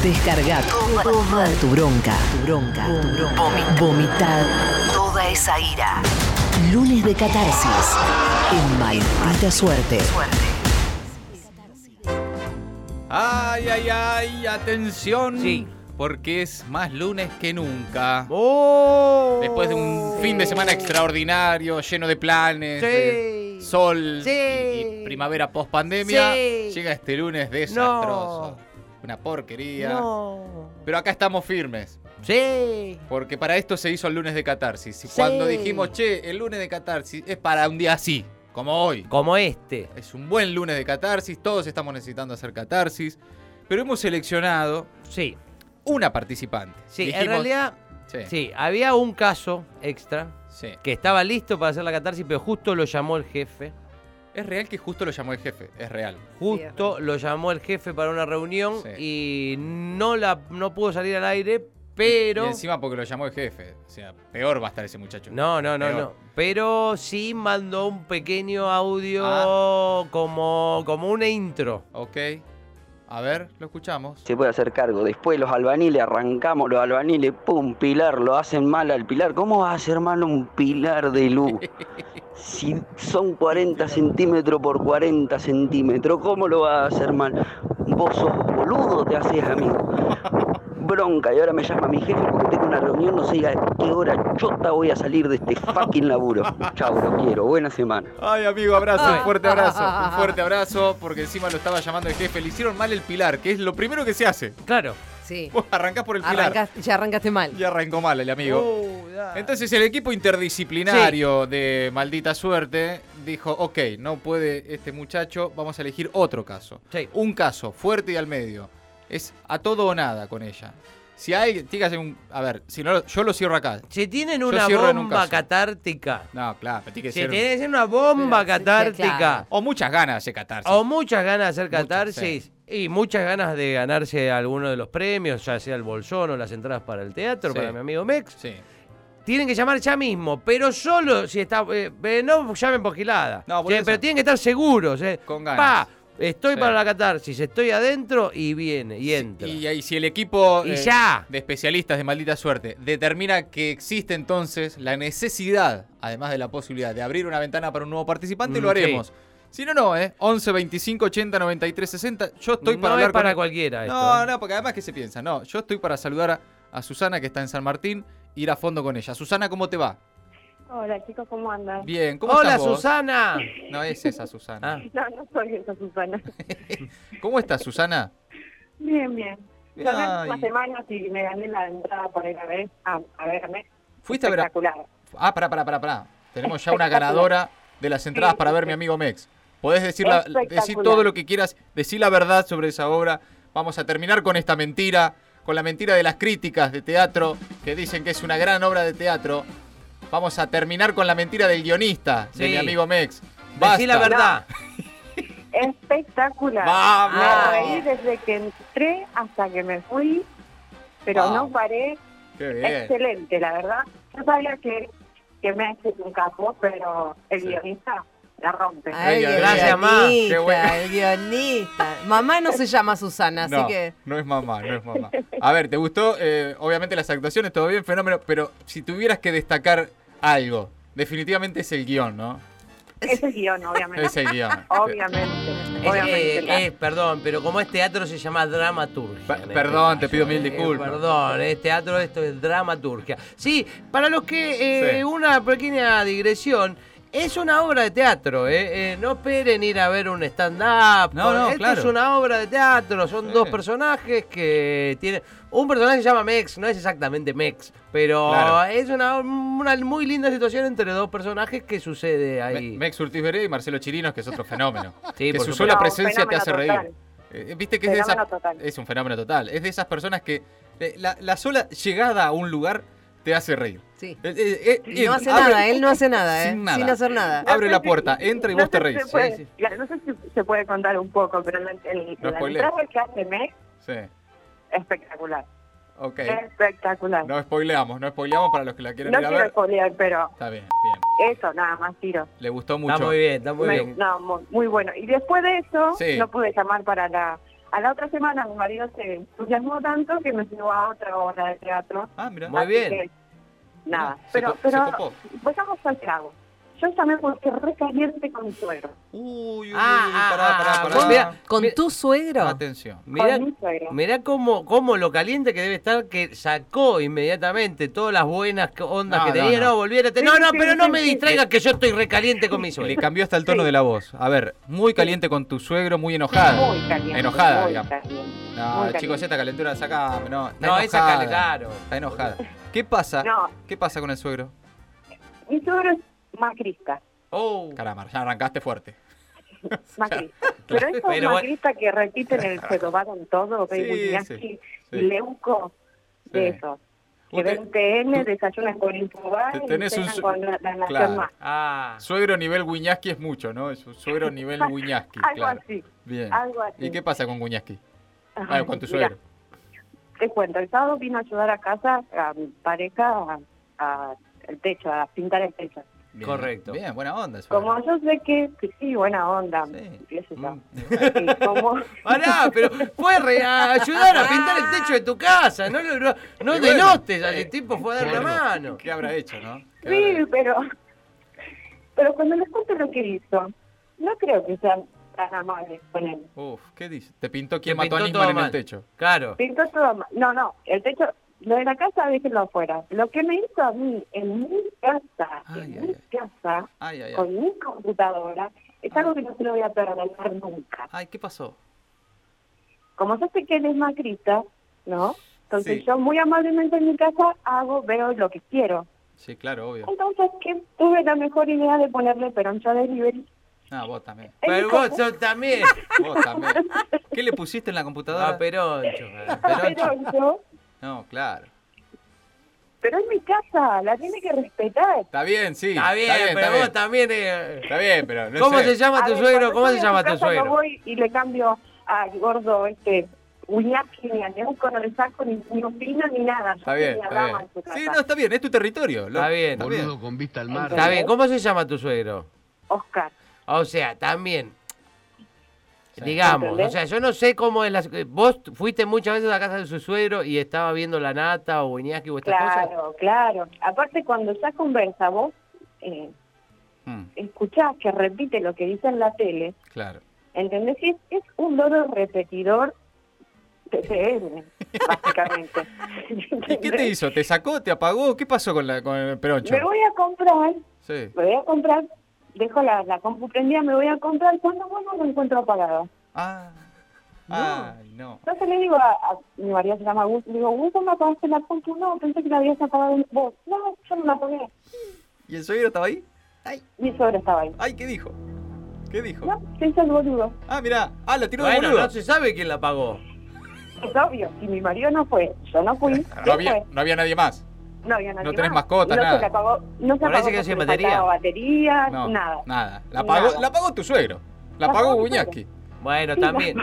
Descarga toda tu bronca. Vomitad toda esa ira. Lunes de Catarsis en Maldita Suerte. Ay, ay, ay, atención. Sí. Porque es más lunes que nunca. ¡Oh! Después de un fin de semana extraordinario, lleno de planes, Sí. de sol Sí. y primavera post pandemia, Sí. llega este lunes desastroso. Una porquería. No. Pero acá estamos firmes. Sí. Porque para esto se hizo el lunes de Catarsis. Y Sí. cuando dijimos, che, el lunes de Catarsis es para un día así, como hoy. Como este. Es un buen lunes de Catarsis, todos estamos necesitando hacer Catarsis. Pero hemos seleccionado Sí. una participante. Sí, Dijimos, en realidad, Sí. sí, había un caso extra Sí. que estaba listo para hacer la catarsis, pero justo lo llamó el jefe. Es real que justo lo llamó el jefe, es real. Justo lo llamó el jefe para una reunión Sí. y no pudo salir al aire, pero... Y encima porque lo llamó el jefe. O sea, peor va a estar ese muchacho. No. Peor. Pero sí mandó un pequeño audio como una intro. Ok. A ver, lo escuchamos. Se puede hacer cargo. Después los albañiles, arrancamos los albañiles, pum, pilar, lo hacen mal al pilar. ¿Cómo va a hacer mal un pilar de luz? Si son 40 centímetros por 40 centímetros, ¿cómo lo va a hacer mal? Vos sos boludo, te haces amigo. Bronca, y ahora me llama mi jefe porque tengo una reunión, no sé a qué hora chota voy a salir de este fucking laburo. Chau, lo quiero, buena semana. Ay, amigo, abrazo, un fuerte abrazo, porque encima lo estaba llamando el jefe. Le hicieron mal el pilar, que es lo primero que se hace. Claro. Sí. Vos arrancás por el pilar. Ya arrancaste mal. Y arrancó mal el amigo. Ya. Entonces el equipo interdisciplinario de Maldita Suerte dijo, ok, no puede este muchacho, vamos a elegir otro caso. Sí. Un caso fuerte y al medio. Es a todo o nada con ella. Si hay, tiene que hacer un... A ver, si no, yo lo cierro acá. Si tienen Yo una cierro en un bomba caso. catártica. No, claro, pero tiene que Si ser... tienen que ser una bomba Pero, sí, catártica. claro. O muchas ganas de hacer catarsis. O muchas ganas de hacer Muchas, catarsis y muchas ganas de ganarse alguno de los premios, ya sea el bolsón o las entradas para el teatro, Sí. para mi amigo Mex. Sí. Tienen que llamar ya mismo, pero solo si está... no llamen por gilada. No, por eso. Pero tienen que estar seguros. Con ganas. Pa, estoy Sí. para la catarsis, estoy adentro y viene, y entra. Y ahí si el equipo Y ya. de especialistas de Maldita Suerte determina que existe entonces la necesidad, además de la posibilidad de abrir una ventana para un nuevo participante, lo haremos. Sí. Si no, 11 25 80 93 60. Yo estoy para no hablar es para con... cualquiera esto. No, porque además que se piensa. No, yo estoy para saludar a Susana, que está en San Martín, ir a fondo con ella. Susana, ¿cómo te va? Hola chicos, ¿cómo andan? Bien, ¿cómo Hola, estás vos? Susana. No es esa Susana. Ah. No soy esa Susana. ¿Cómo estás, Susana? Bien. Gané Ay. unas semanas y me gané la entrada para ir a verme. ¿Fuiste a ver a... Espectacular. Ah, pará. Tenemos ya una ganadora de las entradas para ver mi amigo Mex. Podés decir Espectacular. todo lo que quieras, decir la verdad sobre esa obra. Vamos a terminar con esta mentira, con la mentira de las críticas de teatro, que dicen que es una gran obra de teatro. Vamos a terminar con la mentira del guionista, de Sí. mi amigo Mex. Decí la Basta. verdad. Espectacular. ¡Vamos! Me reí desde que entré hasta que me fui, pero Wow. no paré. Qué bien. Excelente, la verdad. Yo sabía que me es un capo, pero el Sí. guionista la rompe. Ay, el Gracias, ma. guionista, Qué bueno. el guionista. Mamá no se llama Susana, así No, que... no es mamá. A ver, ¿te gustó? Obviamente las actuaciones, todo bien, fenómeno, pero si tuvieras que destacar algo, definitivamente es el guión, ¿no? Es el guión, obviamente. Es el guión. Obviamente. Perdón, pero como es teatro se llama dramaturgia. en Perdón, este te pido caso. mil disculpas. Perdón, es teatro, esto es dramaturgia. Sí, para los que, Sí. una pequeña digresión, es una obra de teatro, no esperen ir a ver un stand-up. No, Esto claro. es una obra de teatro, son Sí. dos personajes que tienen... Un personaje se llama Mex, no es exactamente Mex, pero Claro. es una muy linda situación entre dos personajes que sucede ahí. Mex Urtiz Veré y Marcelo Chirinos, que es otro fenómeno. Sí, que por su supuesto. sola No, presencia te fenómeno hace total. reír. Viste que es de Fenómeno esas... total. Es un fenómeno total. Es de esas personas que la sola llegada a un lugar te hace reír. Sí. Y No hace nada, él no hace nada, Sin nada. sin hacer nada. Abre la puerta, entra y vos te sé si reís. se puede- Sí. claro, no sé si se puede contar un poco, pero la spoilees. entrada que hace Mex, Sí, espectacular. ok. Espectacular. No spoileamos para los que la quieren No ir a quiero ver. spoilear, pero Está bien, bien. eso, nada más tiro. Le gustó mucho. Está muy bien, está muy bien. No, muy bueno. Y después de eso, Sí. no pude llamar para A la otra semana mi marido se entusiasmó tanto que me llevó a otra obra de teatro. Ah, mira. Muy Así bien. que, nada, Se pero copó. vayamos al trago. Yo llamé porque recaliente con mi suegro. Uy, Ah, pará. vos mirá, ¿Con tu suegro? Atención. Mirá, Con mi suegro. mirá cómo lo caliente que debe estar, que sacó inmediatamente todas las buenas ondas No, que no, tenía. no. No, volviérate. Sí, No, sí, pero sí, no me sí. distraigas que yo estoy recaliente con mi Le suegro. cambió hasta el tono de la voz. A ver, muy caliente con tu suegro, muy enojada. Muy caliente. Enojada, muy digamos. caliente, No, muy chicos, caliente. esta calentura sacame, no. Está No, esa enojada. claro. Está enojada. ¿Qué pasa? No. ¿Qué pasa con el suegro? Mi suegro es macrista. Oh, Caramba, ya arrancaste fuerte. Macrista. Pero esos Pero bueno. macristas que repiten el se robaron todo, Sí, Beibuliaski, sí. Leuco, de Sí. esos. Que Usted- ven TN, desayunan con Infobae y Tenés un cenan su- con la Nación claro. Más. ah. Suegro nivel Wiñaski es mucho, ¿no? Es un suegro nivel Wiñaski. Algo claro. así, Bien. algo así. ¿Y qué pasa con Wiñaski? Ajá, Con tu mira, suegro. te cuento, el sábado vino a ayudar a casa a mi pareja a el techo, a pintar el techo. Bien. Correcto. Bien, buena onda. Suegro. Como yo sé que sí, buena onda, Sí. qué sé yo. Mm. Sí, como, Pará, pero fue a ayudar a pintar el techo de tu casa. No, no Y bueno, denotes. El tipo fue a dar la mano. ¿Qué habrá hecho, no? ¿Qué sí, habrá pero cuando les cuento lo que hizo, no creo que sean tan amables con él. hecho? Uf, ¿qué dice? ¿Te pintó Te quién mató a pintó Nisman todo en el mal. techo? Claro. Pintó todo mal. No, el techo, lo de la casa, déjenlo afuera. Lo que me hizo a mí en mi casa, Ay, ay, con ay. mi computadora, es algo que no se lo voy a perdonar nunca. Ay, ¿qué pasó? Como yo sé que él es macrista, ¿no? Entonces Sí. yo muy amablemente en mi casa veo lo que quiero. Sí, claro, obvio. Entonces, que tuve la mejor idea de ponerle peroncha delivery. Ah, vos también. Pero vos sos también. Vos también. ¿Qué le pusiste en la computadora? Ah, Peroncho. Peroncho, No, claro. pero es mi casa, la tiene que respetar. Está bien, sí. Está bien, pero está vos bien. también. Está bien, pero no ¿Cómo sé. se llama A tu ver, suegro? cuando ¿Cómo yo se voy a llama su tu casa, suegro? No voy y le cambio al gordo Uñaki, ni a Neuco, no le saco ni opina ni nada. Yo Está soy bien, una está dama bien. en su casa. Sí, no, está bien, es tu territorio. Está bien. Está bien. Boludo con vista al mar. Está bien, ¿cómo se llama tu suegro? Oscar. O sea, también. Sí. Digamos, ¿Entendés? o sea, yo no sé cómo es la... Vos fuiste muchas veces a la casa de su suegro y estaba viendo la nata o Iñaki o estas cosas. Claro. Aparte, cuando ya conversa vos, escuchás que repite lo que dice en la tele, Claro. ¿entendés? Es un loro repetidor de TN, básicamente. ¿Y qué te hizo? ¿Te sacó? ¿Te apagó? ¿Qué pasó con el peroncho? Me voy a Sí. comprar, dejo la compu prendida, me voy a comprar, cuando vuelvo lo encuentro apagado. Ah. Ay, no. Entonces le digo a mi marido, se llama Gus, le digo, Gus, ¿me apagaste la compu? No, pensé que la habías apagado vos. No, yo no la apagué. ¿Y el suegro estaba ahí? Mi suegro estaba ahí. Ay, ¿qué dijo? ¿Qué dijo? No, se hizo el boludo. Ah, mirá. Ah, la tiró de Bueno, boludo. no se sabe quién la pagó. Es obvio, si mi marido no fue, yo no fui, No ¿quién había, fue? no había nadie más. No había nadie no tenés más. mascotas, no nada. Se la apagó, no se Parece apagó que porque sin le batería. faltaba batería, No, nada. nada. La Nada. pagó tu suegro. La La pagó pagó mi Buñaski. Bueno, Sí, también.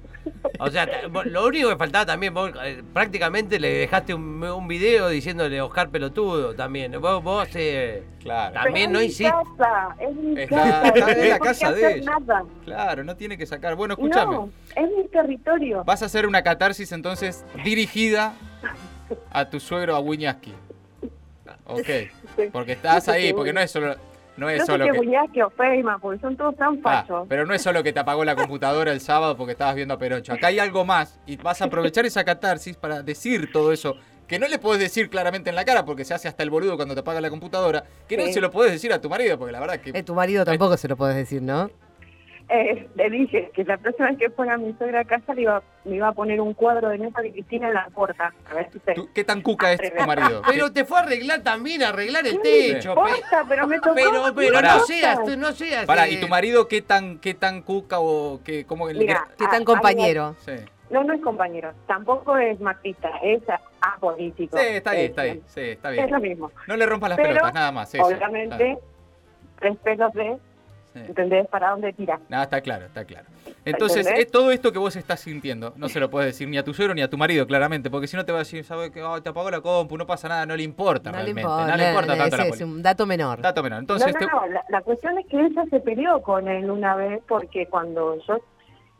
O sea, lo único que faltaba también, vos prácticamente le dejaste un video diciéndole Oscar pelotudo también. Vos Claro. También Pero no es mi hiciste. casa, es mi Está- casa. está no en la tengo casa que de hacer ella. nada. Claro, no tiene que sacar. Bueno, escúchame. No, es mi territorio. Vas a hacer una catarsis entonces dirigida a tu suegro, a Buñaski. Ok. Porque estás ahí, porque no es solo No sé que... qué Buñaski o Feynman, porque son todos tan Ah, fachos. pero no es solo que te apagó la computadora el sábado porque estabas viendo a Peroncho. Acá hay algo más y vas a aprovechar esa catarsis para decir todo eso que no le podés decir claramente en la cara porque se hace hasta el boludo cuando te apaga la computadora, que no Sí. se lo podés decir a tu marido porque la verdad que... Tu marido tampoco se lo podés decir, ¿no? Le dije que la próxima vez que fuera mi suegra a casa me iba a poner un cuadro de Néstor y Cristina en la puerta. A ver si se... ¿Qué tan cuca es tu marido? Pero te fue a arreglar también, a arreglar el techo. No importa, pero me tocó. Pero Pará. no seas. Pará, ¿y tu marido qué tan cuca o qué, cómo el Mira, ¿Qué tan compañero? Sí. No es compañero. Tampoco es marxista, es apolítico. Sí, está bien, está bien. Sí, está Es lo bien. mismo. No le rompas las Pero, pelotas, nada más. Eso. Obviamente, respeto de, Sí. ¿entendés? Para dónde tira. Nada, está claro, está claro. Entonces, ¿Entendés? todo esto que vos estás sintiendo, no se lo puedes decir ni a tu suegro ni a tu marido, claramente, porque si no te va a decir, ¿sabes qué? Te apagó la compu, no pasa nada, no le importa No le realmente. importa. No le importa tanto la Es política. un dato menor. Dato menor. Entonces, No. La cuestión es que ella se peleó con él una vez porque cuando yo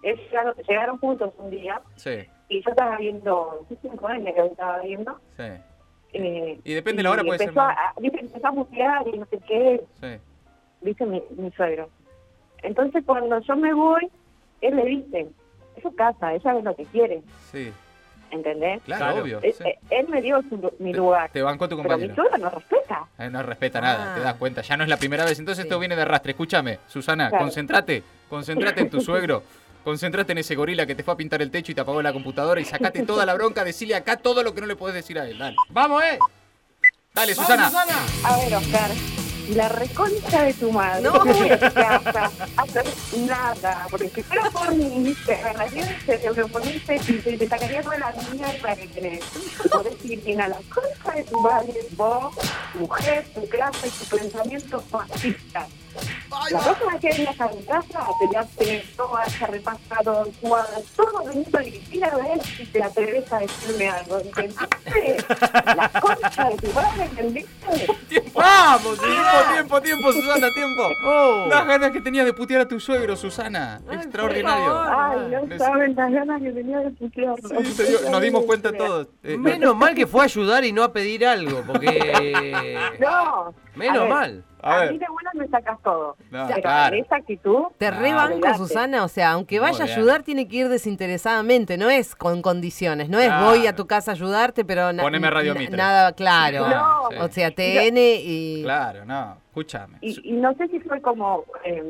llegaron juntos un día Sí, y yo estaba viendo, hace 5 años que estaba viendo. sí. Y depende de la hora, puede ser empezó más. empezó a mutear y no sé qué, Sí. dice mi suegro. Entonces cuando yo me voy, él le dice, es su casa, ella ve lo que quiere, Sí, ¿entendés? claro, obvio. Él, Sí. él me dio mi lugar, Te bancó tu pero mi compañero. suegro no respeta. No respeta nada, te das cuenta. Ya no es la primera vez, entonces Sí. esto viene de arrastre. Escúchame, Susana, Claro. concéntrate en tu suegro. Concéntrate en ese gorila que te fue a pintar el techo y te apagó la computadora y sacate toda la bronca, decile acá todo lo que no le podés decir a él. Dale. ¡Vamos, Dale, Susana. A ver, Oscar, la reconcha de tu madre. No. No voy a tu casa a hacer nada, porque si fuera por mí, te agarraría el cerebro, ponerte y te sacaría toda la mierda que tenés. Podés ir bien a la concha de tu madre, vos, mujer, tu clase y tu pensamiento fascista. La próxima vez que vengas a mi casa, te voy a tener todo repasado, cuadro, todo venido de Cristina a ver si te atreves a decirme algo. ¿Entendiste? La concha de tu madre, ¿entendiste? ¡Vamos! Tiempo, Susana, tiempo. Oh. Las ganas que tenía de putear a tu suegro, Susana. Ay, Extraordinario. por favor. Ay, no saben las ganas que tenía de putearlo. Sí, nos dimos cuenta todos. Menos mal que fue a ayudar y no a pedir algo, porque... No. Menos a ver, mal. A A ver. mí de buenas me sacas todo. No, Pero claro. esa actitud... Te Ah, rebanco, olvidate. Susana, o sea, aunque Muy vaya a bien. ayudar, tiene que ir desinteresadamente, no es con condiciones, no es Claro. voy a tu casa a ayudarte, pero Poneme Radio Mitre. nada, claro. No. Sí. O sea, TN y... Claro, no, escúchame. Y no sé si fue como...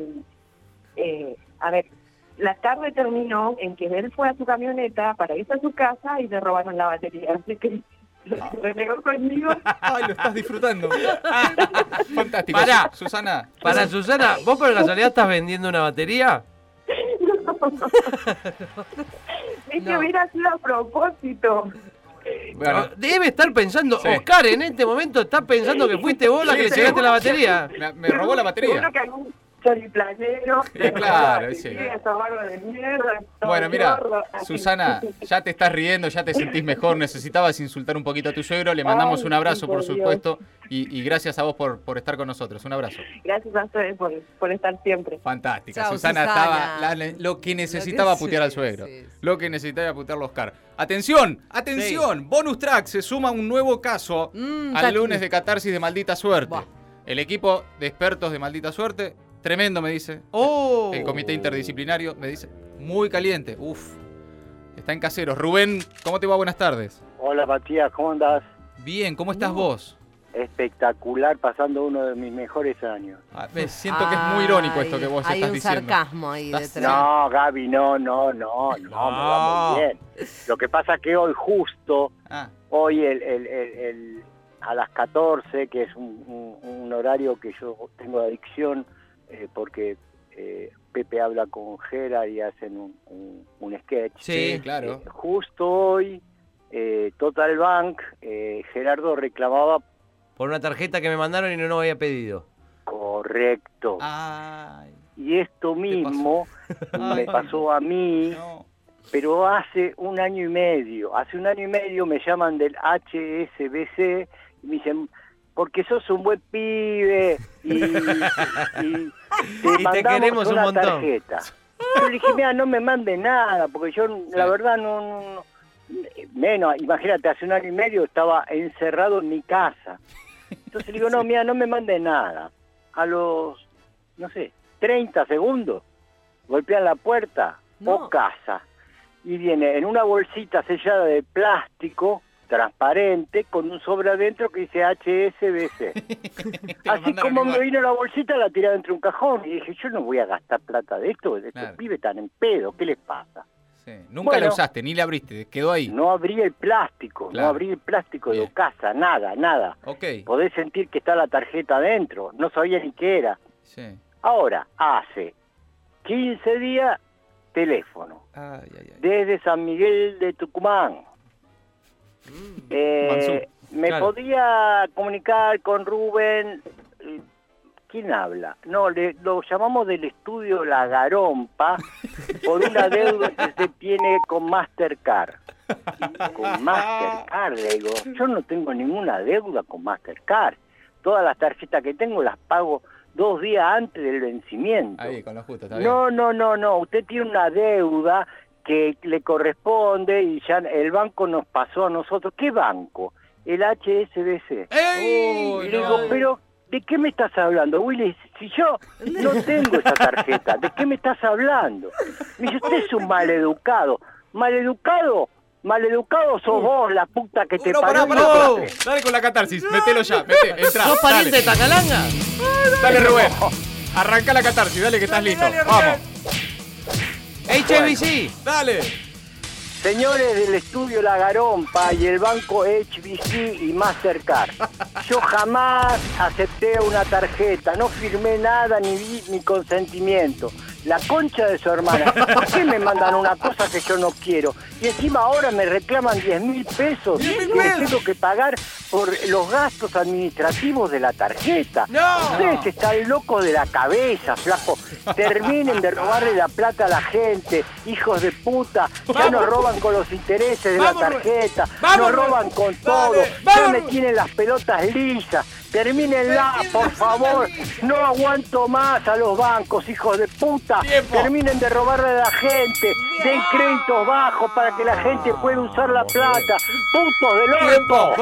a ver, la tarde terminó en que él fue a su camioneta para irse a su casa y le robaron la batería. Así que se renegó conmigo. Ay, lo estás disfrando. Fantástico. Pará. Susana. Para Susana, ¿vos por casualidad estás vendiendo una batería? Es que No. hubiera sido a propósito. Bueno, Debe estar pensando, Sí. Oscar en este momento está pensando que fuiste vos la que le Sí, llegaste sí. la batería. me robó la batería. Seguro que algún choriplayero. Claro, sí. Esa barba de mierda. todo Bueno, mira, gordo. Susana, ya te estás riendo, ya te sentís mejor, necesitabas insultar un poquito a tu suegro, le mandamos Ay, un abrazo, por por Dios. supuesto, y gracias a vos por estar con nosotros. Un abrazo. Gracias a ustedes por estar siempre. Fantástica. Chau, Susana, Susana. estaba lo que necesitaba putear al suegro. Sí, sí. Lo que necesitaba putearlo a Oscar. ¡Atención! ¡Atención! Bonus track, se suma un nuevo caso ya- al lunes de Catarsis de Maldita Suerte. Buah. El equipo de expertos de Maldita Suerte, tremendo me dice. Oh. El comité interdisciplinario me dice, muy caliente. Uf, está en Caseros. Rubén, ¿cómo te va? Buenas tardes. Hola Matías, ¿cómo andás? Bien, ¿cómo estás vos? Espectacular, pasando uno de mis mejores años. Siento que es muy irónico esto que vos hay estás un diciendo. sarcasmo ahí Estás- detrás. No, Gaby, no, me va muy bien. Lo que pasa es que hoy justo, Ah, hoy a las 14, que es un horario que yo tengo de adicción, porque Pepe habla con Gera y hacen un sketch. sí, claro. Justo hoy, Total Bank, Gerardo reclamaba Por una tarjeta que me mandaron y no había pedido. correcto. Ay, Y esto mismo me Ay. pasó a mí, no. pero hace un año y medio. Hace un año y medio me llaman del HSBC y me dicen, porque sos un buen pibe y Y te queremos un una montón. tarjeta. Yo le dije, mira, no me mande nada, porque yo la verdad no. Menos, imagínate, hace un año y medio estaba encerrado en mi casa. Entonces le digo, no, mira, no me mande nada. A los, no sé, 30 segundos, golpean la puerta, No. o casa. Y viene en una bolsita sellada de plástico, transparente, con un sobre adentro que dice HSBC. Te lo Así mandaron como me igual. vino la bolsita, la tiré dentro de un cajón. Y dije, yo no voy a gastar plata de esto, estos Claro. pibes tan en pedo, ¿qué les pasa? Sí, nunca Bueno. la usaste, ni la abriste, quedó ahí. No abrí el plástico, Claro. no abrí el plástico de Bien. casa, nada. Ok, Podés sentir que está la tarjeta adentro, no sabía ni qué era. sí. Ahora, hace 15 días, teléfono, Ay, ay, ay. desde San Miguel de Tucumán. Mansú. Me Claro. podía comunicar con Rubén. ¿Quién habla? No, lo llamamos del estudio La Garompa por una deuda que se tiene con Mastercard. Con Mastercard, le digo, yo no tengo ninguna deuda con Mastercard. Todas las tarjetas que tengo las pago 2 días antes del vencimiento. Ahí, con lo justo, está bien. No, usted tiene una deuda que le corresponde y ya el banco nos pasó a nosotros. ¿Qué banco? El HSBC. ¡Ey! Y le digo, pero ¿de qué me estás hablando, Willy? Si yo no tengo esa tarjeta, ¿de qué me estás hablando? Me dice, usted es un maleducado. ¿Maleducado? Maleducado sos vos, la puta que te No, parió. pará. Dale con la catarsis, metelo ya, entra. ¿Sos pariente de Tacalanga? Dale, Rubén. Arranca la catarsis, dale que estás listo. Vamos. HBC. Dale. Señores del estudio La Garompa y el banco HBC y Mastercard, yo jamás acepté una tarjeta, no firmé nada ni di mi consentimiento. La concha de su hermana, ¿por qué me mandan una cosa que yo no quiero? Y encima ahora me reclaman 10.000 pesos y tengo que pagar por los gastos administrativos de la tarjeta. ¡No! Ustedes están locos de la cabeza, flaco. Terminen de robarle la plata a la gente, hijos de puta. Ya nos roban con los intereses de la tarjeta, nos roban con todo. Ya me tienen las pelotas lisas. Termínenla, por favor. No aguanto más a los bancos, hijos de puta. Tiempo. Terminen de robarle a la gente. Den créditos bajos para que la gente pueda usar la plata. Putos del orto.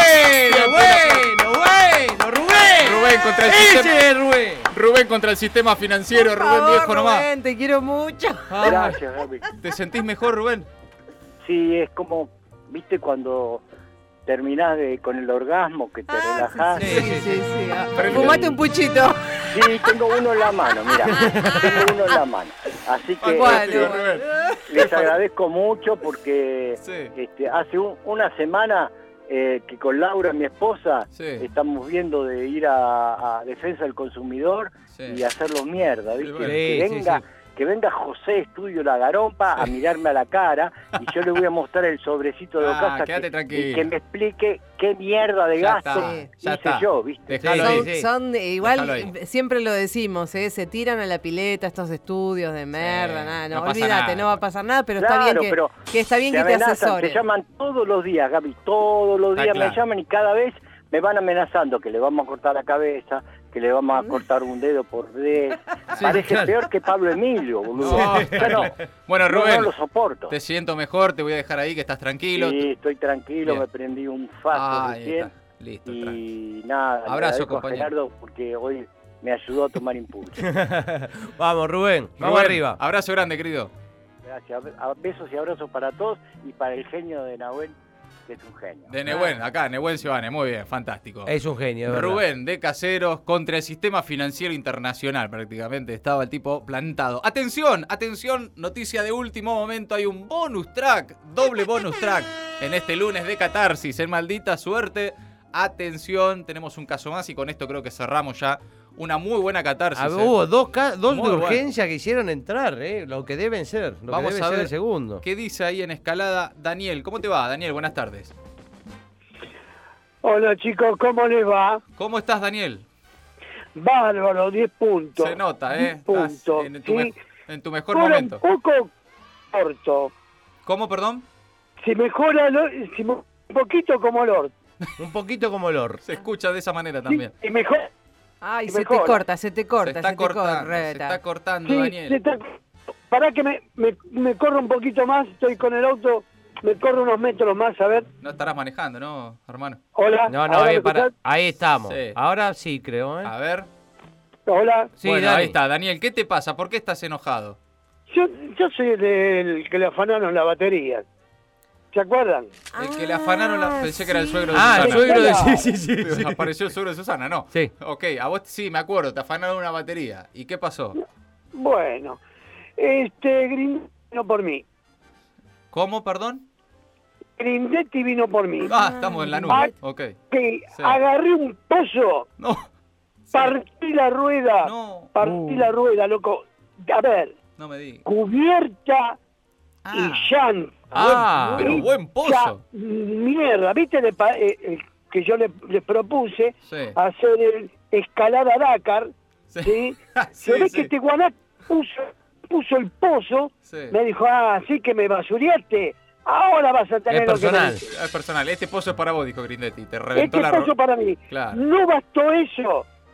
Bueno, Rubén. Rubén contra el sistema. Ese es Rubén. Rubén contra el sistema financiero, Por Rubén favor, viejo nomás. Rubén, te quiero mucho. Gracias, Gaby. ¿Te sentís mejor, Rubén? Sí, es como, viste, cuando terminás con el orgasmo, que te relajás. Sí. Pero- Fumate un puchito. Sí, tengo uno en la mano, mira. Tengo uno en la mano. Así que Bueno. Rubén. les agradezco mucho porque Sí. hace una semana que con Laura, mi esposa, Sí. estamos viendo de ir a Defensa del Consumidor Sí. y hacerlo mierda, ¿viste? Sí, Que venga José Estudio La Garompa a mirarme a la cara y yo le voy a mostrar el sobrecito de Ocasa quédate tranquilo. y que me explique qué mierda de Ya gasto está, ya hice está. yo, ¿viste? Déjalo ahí. Son Déjalo igual, ahí. siempre lo decimos, se tiran a la pileta estos estudios de merda, nada, no no, pasa olvídate, nada. no va a pasar nada, pero Claro, está bien pero que está bien que te amenazan, asesoren. te llaman todos los días, Gaby, todos los Está días claro. me llaman y cada vez me van amenazando que le vamos a cortar la cabeza, que le vamos a cortar un dedo por vez. Parece claro. peor que Pablo Emilio, boludo. No, Ya no, Bueno, no, Rubén, no lo soporto. te siento mejor, te voy a dejar ahí que estás tranquilo. Sí, estoy tranquilo, Bien. me prendí un faso Ahí recién. está, listo, tranqui. Y nada, le Abrazo, agradezco a compañero. Gerardo porque hoy me ayudó a tomar impulso. Vamos, Rubén. Vamos Rubén, arriba. Abrazo grande, querido. Gracias. Besos y abrazos para todos y para el genio de Nahuel, que es un genio. De Nehuen, acá, Nehuen Ciobane, muy bien, fantástico. Es un genio, de verdad. Rubén de Caseros contra el sistema financiero internacional, prácticamente estaba el tipo plantado. Atención, noticia de último momento, hay un bonus track, doble bonus track en este lunes de Catarsis, en Maldita Suerte. Atención, tenemos un caso más y con esto creo que cerramos ya una muy buena catarsis. Hubo dos Muy de bueno. urgencia que hicieron entrar, lo que deben ser. Vamos que debe a ser ver el segundo. qué dice ahí en escalada Daniel. ¿Cómo te va, Daniel? Buenas tardes. Hola chicos, ¿cómo les va? ¿Cómo estás, Daniel? Bárbaro, 10 puntos. Se nota, 10 Estás puntos. en Sí. tu mejor Fuera momento. un poco corto. ¿Cómo, perdón? Si mejora, un poquito como el orto. Un poquito como Lord. Se escucha de esa manera también. Y mejor. Ay, Y se te mejora. corta, se te corta, se está cortando, se corta. está cortando, Sí, Daniel. para que me corro un poquito más, estoy con el auto, me corro unos metros más, a ver. No estarás manejando, ¿no, hermano? Hola. No, ¿ahora me escuchás? ahí estamos. Sí. Ahora sí, creo. A ver. Hola. Sí, bueno, Dani. ahí está. Daniel, ¿qué te pasa? ¿Por qué estás enojado? Yo soy el que le afanaron la batería. ¿Se acuerdan? El que le afanaron Pensé que era el suegro de Ah, el Susana. suegro de... Hola. Sí. Apareció el suegro de Susana, ¿no? Sí. Ok, a vos sí, me acuerdo. Te afanaron una batería. ¿Y qué pasó? Bueno, Grindetti vino por mí. ¿Cómo, perdón? Grindetti vino por mí. Ah, estamos en la nube. Ah. Ok. Que Sí. agarré un pozo, No. partí la rueda, No. partí la rueda, loco. A ver, No me digas. cubierta y llanta. Ah, pero buen pozo. Mierda, ¿viste que yo les propuse Sí. hacer el escalada Dakar? Sí. ¿Sí? Sí, Se ve sí. que este guaná puso el pozo, Sí. me dijo, sí que me basureaste, ahora vas a tener Es lo que personal. mereces. Es personal. Este pozo es para vos, dijo Grindetti. Te reventó Este la pozo para mí. Claro. No bastó eso.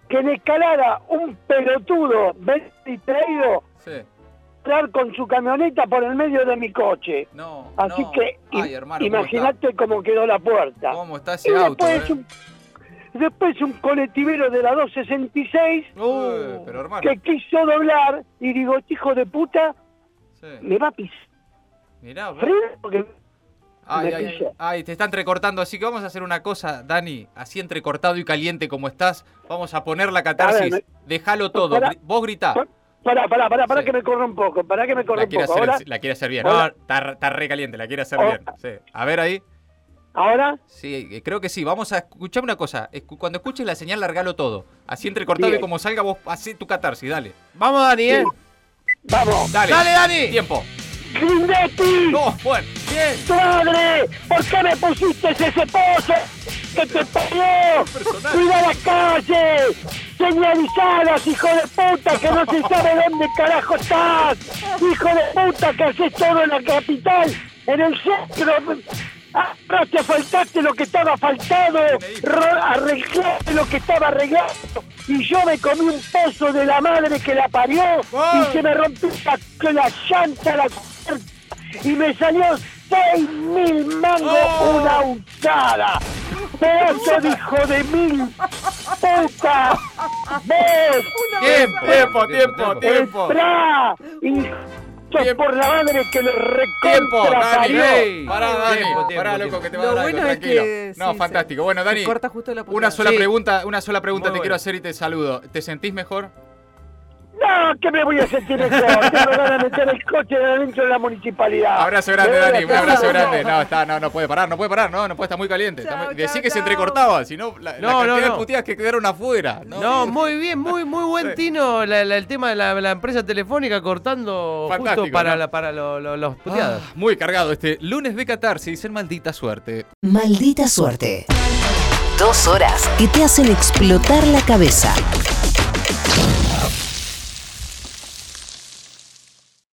que en escalada un pelotudo distraído Sí. entrar con su camioneta por el medio de mi coche. No. Así no. que Ay, hermano, imagínate cómo quedó la puerta. ¿Cómo está ese Y auto? después un colectivero de la 266 Pero hermano. que quiso doblar y digo, este hijo de puta Sí. me va a pisar. Mirá, Freno porque Ay, me ay, pisó. ay, te está entrecortando, así que vamos a hacer una cosa, Dani, así entrecortado y caliente como estás, vamos a poner la catarsis, A ver, déjalo todo, pará. vos gritá. Pará, Sí. que me corra un poco, que me corra La un quiere, poco. Ahora, la quiere hacer bien, Ahora- no, está re caliente, la quiere hacer Oh. bien. Sí. A ver ahí, ahora, sí, creo que sí, vamos a escuchar una cosa, cuando escuches la señal largalo todo, así entrecortado Bien. y como salga vos, hacé tu catarsis, dale. Vamos, Dani, ¿eh? vamos. Dale, ¡Dale, Dani! Tiempo. ¡Grindetti! No, bueno, Bien. ¡Madre! ¿Por qué me pusiste ese pozo? ¡Que te parió! Personal. ¡Cuida las calles! ¡Señalizadas, hijo de puta! ¡Que no se sabe dónde carajo estás! ¡Hijo de puta! ¡Que haces todo en la capital! ¡En el centro! Ahora te faltaste lo que estaba faltado, arreglaste lo que estaba arreglado, y yo me comí un pozo de la madre que la parió, y se me rompió la llanta, la puerta, y me salió 6.000 mangos una usada. ¡Pedazo de hijo de mil puta! ¡Vos! tiempo. ¡Entrá! ¡Y Tiempo. por la madre que le Tiempo, recontra Dani, parió! Ey. pará, Dani, Tiempo, pará, tiempo. loco, que te va a Lo dar algo, bueno es tranquilo. que No, sí, fantástico. Bueno, Dani, se corta justo la una putada. sola Sí. pregunta Muy te bueno. quiero hacer y te saludo. ¿Te sentís mejor? No, que me voy a sentir mejor. Tengo ganas de meter el coche adentro de la municipalidad. Abrazo grande, Me voy a Dani, un abrazo hacer- grande. No puede parar, no puede, está muy caliente. Chao, Decí chao, que se chao. entrecortaba, si no, la No, cantidad de no. puteadas que quedaron afuera. No, muy bien, muy buen Sí. tino el tema de la empresa telefónica cortando Fantástico, justo para, ¿no? para los puteadas. Muy cargado este lunes de catarsis en Maldita Suerte. Maldita suerte. 2 horas que te hacen explotar la cabeza.